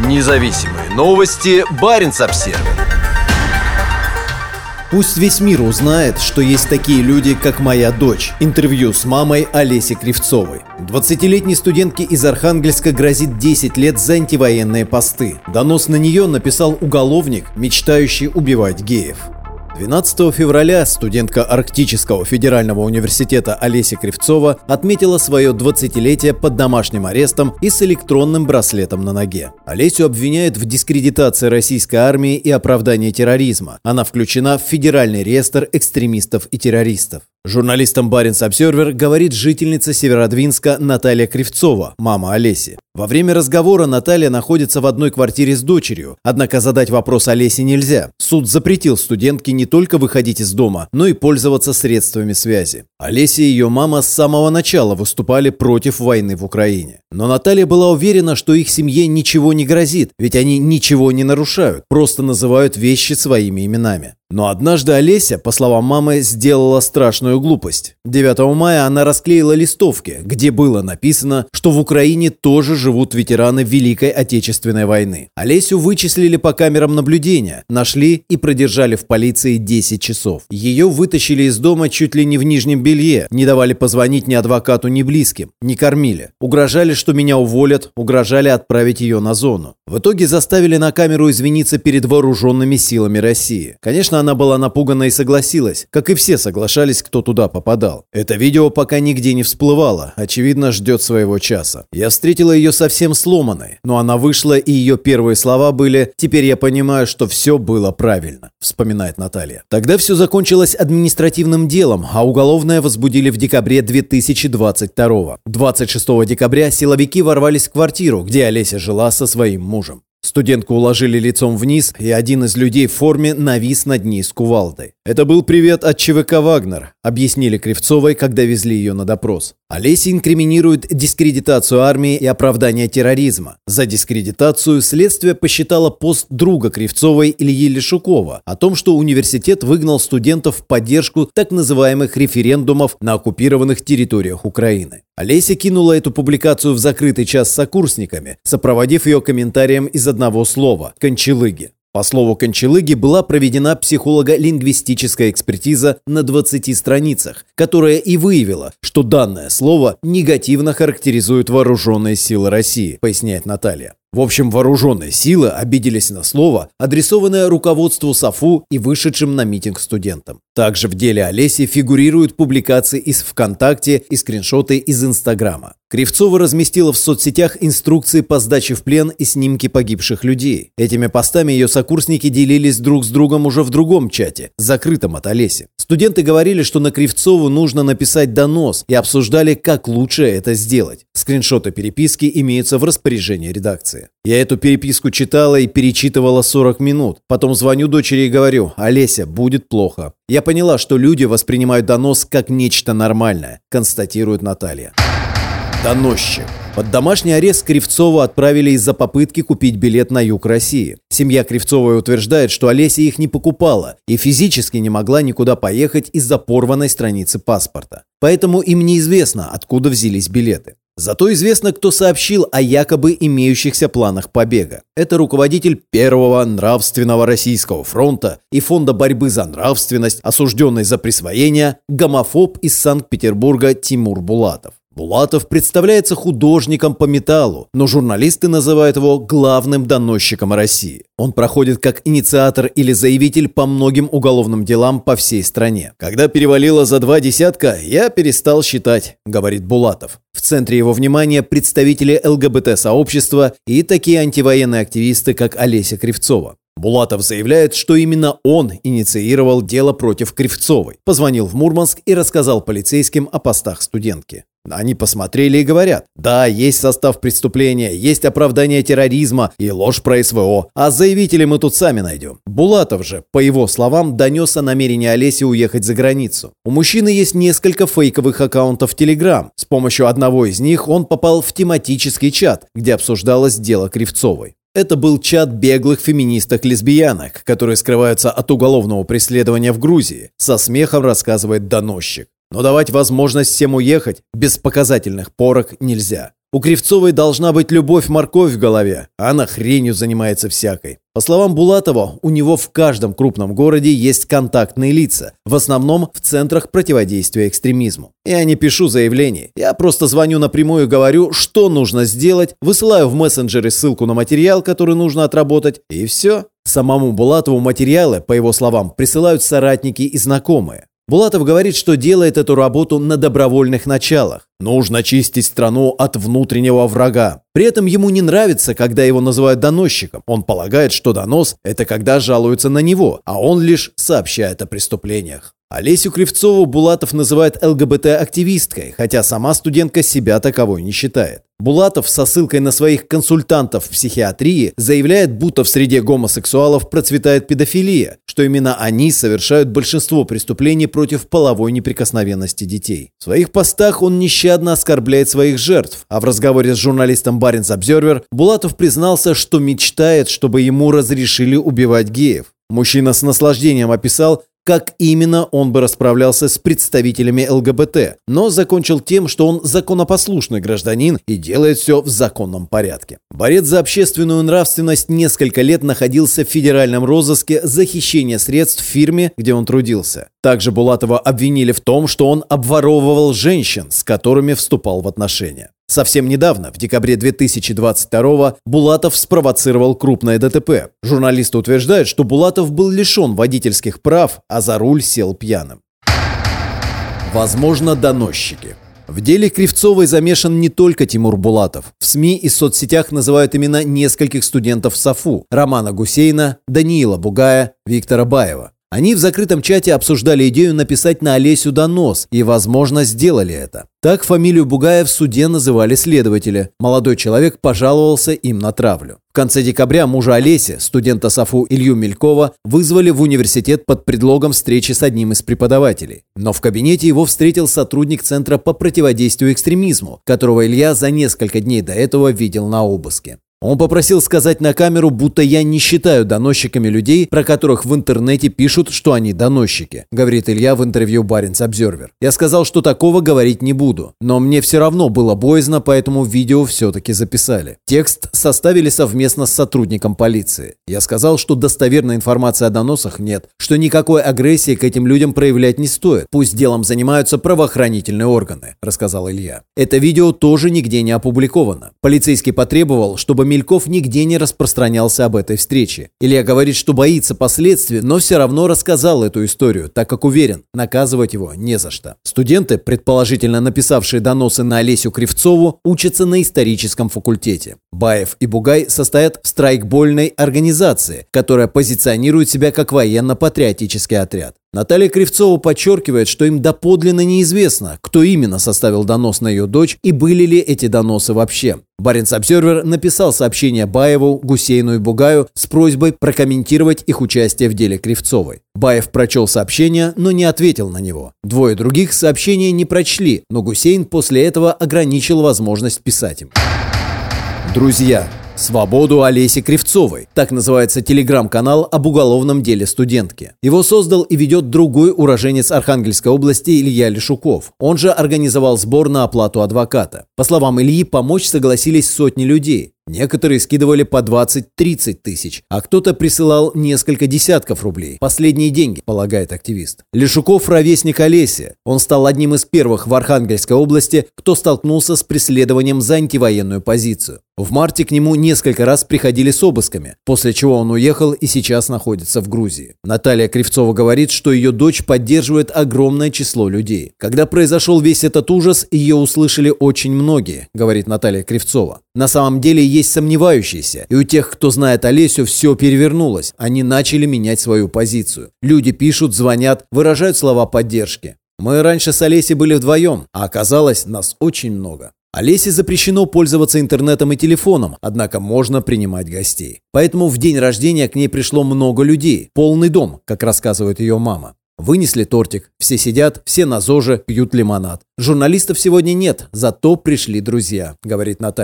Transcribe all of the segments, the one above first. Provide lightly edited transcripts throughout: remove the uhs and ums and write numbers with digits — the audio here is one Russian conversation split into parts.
Независимые новости. Баренц-Обсервис. Пусть весь мир узнает, что есть такие люди, как моя дочь. Интервью с мамой Олеси Кривцовой. 20-летней студентке из Архангельска грозит 10 лет за антивоенные посты. Донос на нее написал уголовник, мечтающий убивать геев. 12 февраля студентка Арктического федерального университета Олеся Кривцова отметила свое 20-летие под домашним арестом и с электронным браслетом на ноге. Олесю обвиняют в дискредитации российской армии и оправдании терроризма. Она включена в федеральный реестр экстремистов и террористов. Журналистам Баренц-Обсервис говорит жительница Северодвинска Наталья Кривцова, мама Олеси. Во время разговора Наталья находится в одной квартире с дочерью, однако задать вопрос Олесе нельзя. Суд запретил студентке не только выходить из дома, но и пользоваться средствами связи. Олеся и ее мама с самого начала выступали против войны в Украине. Но Наталья была уверена, что их семье ничего не грозит, ведь они ничего не нарушают, просто называют вещи своими именами. Но однажды Олеся, по словам мамы, сделала страшную глупость. 9 мая она расклеила листовки, где было написано, что в Украине тоже живут ветераны Великой Отечественной войны. Олесю вычислили по камерам наблюдения, нашли и продержали в полиции 10 часов. Ее вытащили из дома чуть ли не в нижнем белье, не давали позвонить ни адвокату, ни близким, не кормили. Угрожали, что меня уволят, угрожали отправить ее на зону. В итоге заставили на камеру извиниться перед вооруженными силами России. Конечно, она была напугана и согласилась, как и все соглашались, кто туда попадал. Это видео пока нигде не всплывало, очевидно, ждет своего часа. Я встретила ее совсем сломанной, но она вышла, и ее первые слова были: «Теперь я понимаю, что все было правильно», вспоминает Наталья. Тогда все закончилось административным делом, а уголовное возбудили в декабре 2022. 26 декабря силовики ворвались в квартиру, где Олеся жила со своим мужем. Студентку уложили лицом вниз, и один из людей в форме навис над ней с кувалдой. «Это был привет от ЧВК «Вагнер», объяснили Кривцовой, когда везли ее на допрос. Олеся инкриминирует дискредитацию армии и оправдание терроризма. За дискредитацию следствие посчитало пост друга Кривцовой Ильи Лешукова о том, что университет выгнал студентов в поддержку так называемых референдумов на оккупированных территориях Украины. Олеся кинула эту публикацию в закрытый час с сокурсниками, сопроводив ее комментарием из одного слова – «кончалыги». По слову «кончалыги» была проведена психолого-лингвистическая экспертиза на 20 страницах, которая и выявила, что данное слово негативно характеризует вооруженные силы России, поясняет Наталья. В общем, вооруженные силы обиделись на слово, адресованное руководству САФУ и вышедшим на митинг студентам. Также в деле Олеси фигурируют публикации из ВКонтакте и скриншоты из Инстаграма. Кривцова разместила в соцсетях инструкции по сдаче в плен и снимки погибших людей. Этими постами ее сокурсники делились друг с другом уже в другом чате, закрытом от Олеси. Студенты говорили, что на Кривцову нужно написать донос, и обсуждали, как лучше это сделать. Скриншоты переписки имеются в распоряжении редакции. Я эту переписку читала и перечитывала 40 минут. Потом звоню дочери и говорю: «Олеся, будет плохо». Я поняла, что люди воспринимают донос как нечто нормальное, констатирует Наталья. Доносчик. Под домашний арест Кривцову отправили из-за попытки купить билет на юг России. Семья Кривцовой утверждает, что Олеся их не покупала и физически не могла никуда поехать из-за порванной страницы паспорта. Поэтому им неизвестно, откуда взялись билеты. Зато известно, кто сообщил о якобы имеющихся планах побега. Это руководитель Первого нравственного российского фронта и Фонда борьбы за нравственность, осужденный за присвоение, гомофоб из Санкт-Петербурга Тимур Булатов. Булатов представляется художником по металлу, но журналисты называют его главным доносчиком России. Он проходит как инициатор или заявитель по многим уголовным делам по всей стране. «Когда перевалило за 20, я перестал считать», — говорит Булатов. В центре его внимания представители ЛГБТ-сообщества и такие антивоенные активисты, как Олеся Кривцова. Булатов заявляет, что именно он инициировал дело против Кривцовой. Позвонил в Мурманск и рассказал полицейским о постах студентки. Они посмотрели и говорят: да, есть состав преступления, есть оправдание терроризма и ложь про СВО, а заявителей мы тут сами найдем. Булатов же, по его словам, донес о намерении Олеси уехать за границу. У мужчины есть несколько фейковых аккаунтов в Telegram. С помощью одного из них он попал в тематический чат, где обсуждалось дело Кривцовой. Это был чат беглых феминисток-лесбиянок, которые скрываются от уголовного преследования в Грузии, со смехом рассказывает доносчик. Но давать возможность всем уехать без показательных порок нельзя. У Кривцовой должна быть любовь-морковь в голове, а она хренью занимается всякой. По словам Булатова, у него в каждом крупном городе есть контактные лица, в основном в центрах противодействия экстремизму. Я не пишу заявлений, я просто звоню напрямую и говорю, что нужно сделать, высылаю в мессенджеры ссылку на материал, который нужно отработать, и все. Самому Булатову материалы, по его словам, присылают соратники и знакомые. Булатов говорит, что делает эту работу на добровольных началах. Нужно чистить страну от внутреннего врага. При этом ему не нравится, когда его называют доносчиком. Он полагает, что донос – это когда жалуются на него, а он лишь сообщает о преступлениях. Олесю Кривцову Булатов называет ЛГБТ-активисткой, хотя сама студентка себя таковой не считает. Булатов со ссылкой на своих консультантов в психиатрии заявляет, будто в среде гомосексуалов процветает педофилия, что именно они совершают большинство преступлений против половой неприкосновенности детей. В своих постах он нещадно оскорбляет своих жертв, а в разговоре с журналистом Barents Observer Булатов признался, что мечтает, чтобы ему разрешили убивать геев. Мужчина с наслаждением описал, как именно он бы расправлялся с представителями ЛГБТ, но закончил тем, что он законопослушный гражданин и делает все в законном порядке. Борец за общественную нравственность несколько лет находился в федеральном розыске за хищение средств в фирме, где он трудился. Также Булатова обвинили в том, что он обворовывал женщин, с которыми вступал в отношения. Совсем недавно, в декабре 2022-го, Булатов спровоцировал крупное ДТП. Журналисты утверждают, что Булатов был лишен водительских прав, а за руль сел пьяным. Возможно, доносчики. В деле Кривцовой замешан не только Тимур Булатов. В СМИ и соцсетях называют имена нескольких студентов САФУ: Романа Гусейна, Даниила Бугая, Виктора Баева. Они в закрытом чате обсуждали идею написать на Олесю донос и, возможно, сделали это. Так фамилию Бугая в суде называли следователи. Молодой человек пожаловался им на травлю. В конце декабря мужа Олеси, студента САФУ Илью Мелькова, вызвали в университет под предлогом встречи с одним из преподавателей. Но в кабинете его встретил сотрудник Центра по противодействию экстремизму, которого Илья за несколько дней до этого видел на обыске. Он попросил сказать на камеру, будто я не считаю доносчиками людей, про которых в интернете пишут, что они доносчики, говорит Илья в интервью Barents Observer. Я сказал, что такого говорить не буду, но мне все равно было боязно, поэтому видео все-таки записали. Текст составили совместно с сотрудником полиции. Я сказал, что достоверной информации о доносах нет, что никакой агрессии к этим людям проявлять не стоит. Пусть делом занимаются правоохранительные органы, рассказал Илья. Это видео тоже нигде не опубликовано. Полицейский потребовал, чтобы Мельков нигде не распространялся об этой встрече. Илья говорит, что боится последствий, но все равно рассказал эту историю, так как уверен, наказывать его не за что. Студенты, предположительно написавшие доносы на Олесю Кривцову, учатся на историческом факультете. Баев и Бугай состоят в страйкбольной организации, которая позиционирует себя как военно-патриотический отряд. Наталья Кривцова подчеркивает, что им доподлинно неизвестно, кто именно составил донос на ее дочь и были ли эти доносы вообще. Barents Observer написал сообщение Баеву, Гусейну и Бугаю с просьбой прокомментировать их участие в деле Кривцовой. Баев прочел сообщение, но не ответил на него. Двое других сообщения не прочли, но Гусейн после этого ограничил возможность писать им. Друзья. «Свободу Олеси Кривцовой» – так называется телеграм-канал об уголовном деле студентки. Его создал и ведет другой уроженец Архангельской области Илья Лешуков. Он же организовал сбор на оплату адвоката. По словам Ильи, помочь согласились сотни людей. Некоторые скидывали по 20-30 тысяч, а кто-то присылал несколько десятков рублей. Последние деньги, полагает активист. Лешуков – ровесник Олеси. Он стал одним из первых в Архангельской области, кто столкнулся с преследованием за антивоенную позицию. В марте к нему несколько раз приходили с обысками, после чего он уехал и сейчас находится в Грузии. Наталья Кривцова говорит, что ее дочь поддерживает огромное число людей. Когда произошел весь этот ужас, ее услышали очень многие, говорит Наталья Кривцова. На самом деле есть сомневающиеся, и у тех, кто знает Олесю, все перевернулось. Они начали менять свою позицию. Люди пишут, звонят, выражают слова поддержки. Мы раньше с Олесей были вдвоем, а оказалось, нас очень много. Олесе запрещено пользоваться интернетом и телефоном, однако можно принимать гостей. Поэтому в день рождения к ней пришло много людей. Полный дом, как рассказывает ее мама. Вынесли тортик. Все сидят, все на ЗОЖе, пьют лимонад. Журналистов сегодня нет, зато пришли друзья, говорит Наталья.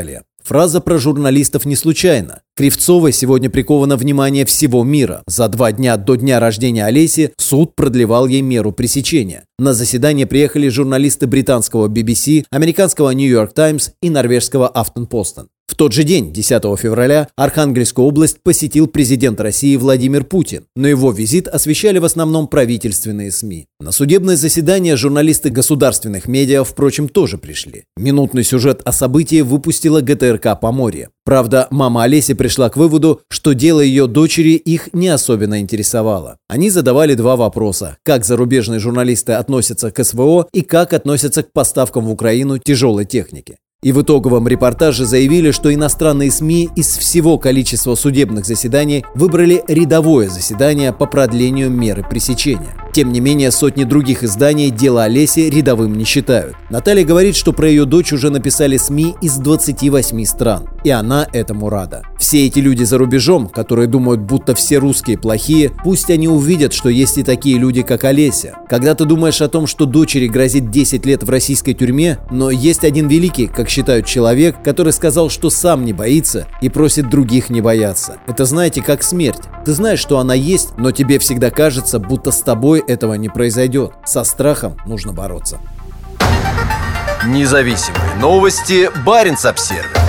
Фраза про журналистов не случайна. Кривцовой сегодня приковано внимание всего мира. За 2 дня до дня рождения Олеси суд продлевал ей меру пресечения. На заседание приехали журналисты британского BBC, американского New York Times и норвежского Aftenposten. В тот же день, 10 февраля, Архангельскую область посетил президент России Владимир Путин, но его визит освещали в основном правительственные СМИ. На судебное заседание журналисты государственных медиа, впрочем, тоже пришли. Минутный сюжет о событии выпустила ГТРК «Поморье». Правда, мама Олеси пришла к выводу, что дело ее дочери их не особенно интересовало. Они задавали 2 вопроса: как зарубежные журналисты относятся к СВО и как относятся к поставкам в Украину тяжелой техники. И в итоговом репортаже заявили, что иностранные СМИ из всего количества судебных заседаний выбрали рядовое заседание по продлению меры пресечения. Тем не менее, сотни других изданий дело Олеси рядовым не считают. Наталья говорит, что про ее дочь уже написали СМИ из 28 стран, и она этому рада. Все эти люди за рубежом, которые думают, будто все русские плохие, пусть они увидят, что есть и такие люди, как Олеся. Когда ты думаешь о том, что дочери грозит 10 лет в российской тюрьме, но есть один великий, как считают, человек, который сказал, что сам не боится и просит других не бояться. Это, знаете, как смерть. Ты знаешь, что она есть, но тебе всегда кажется, будто с тобой этого не произойдет. Со страхом нужно бороться. Независимые новости. Баренц-Обсервис.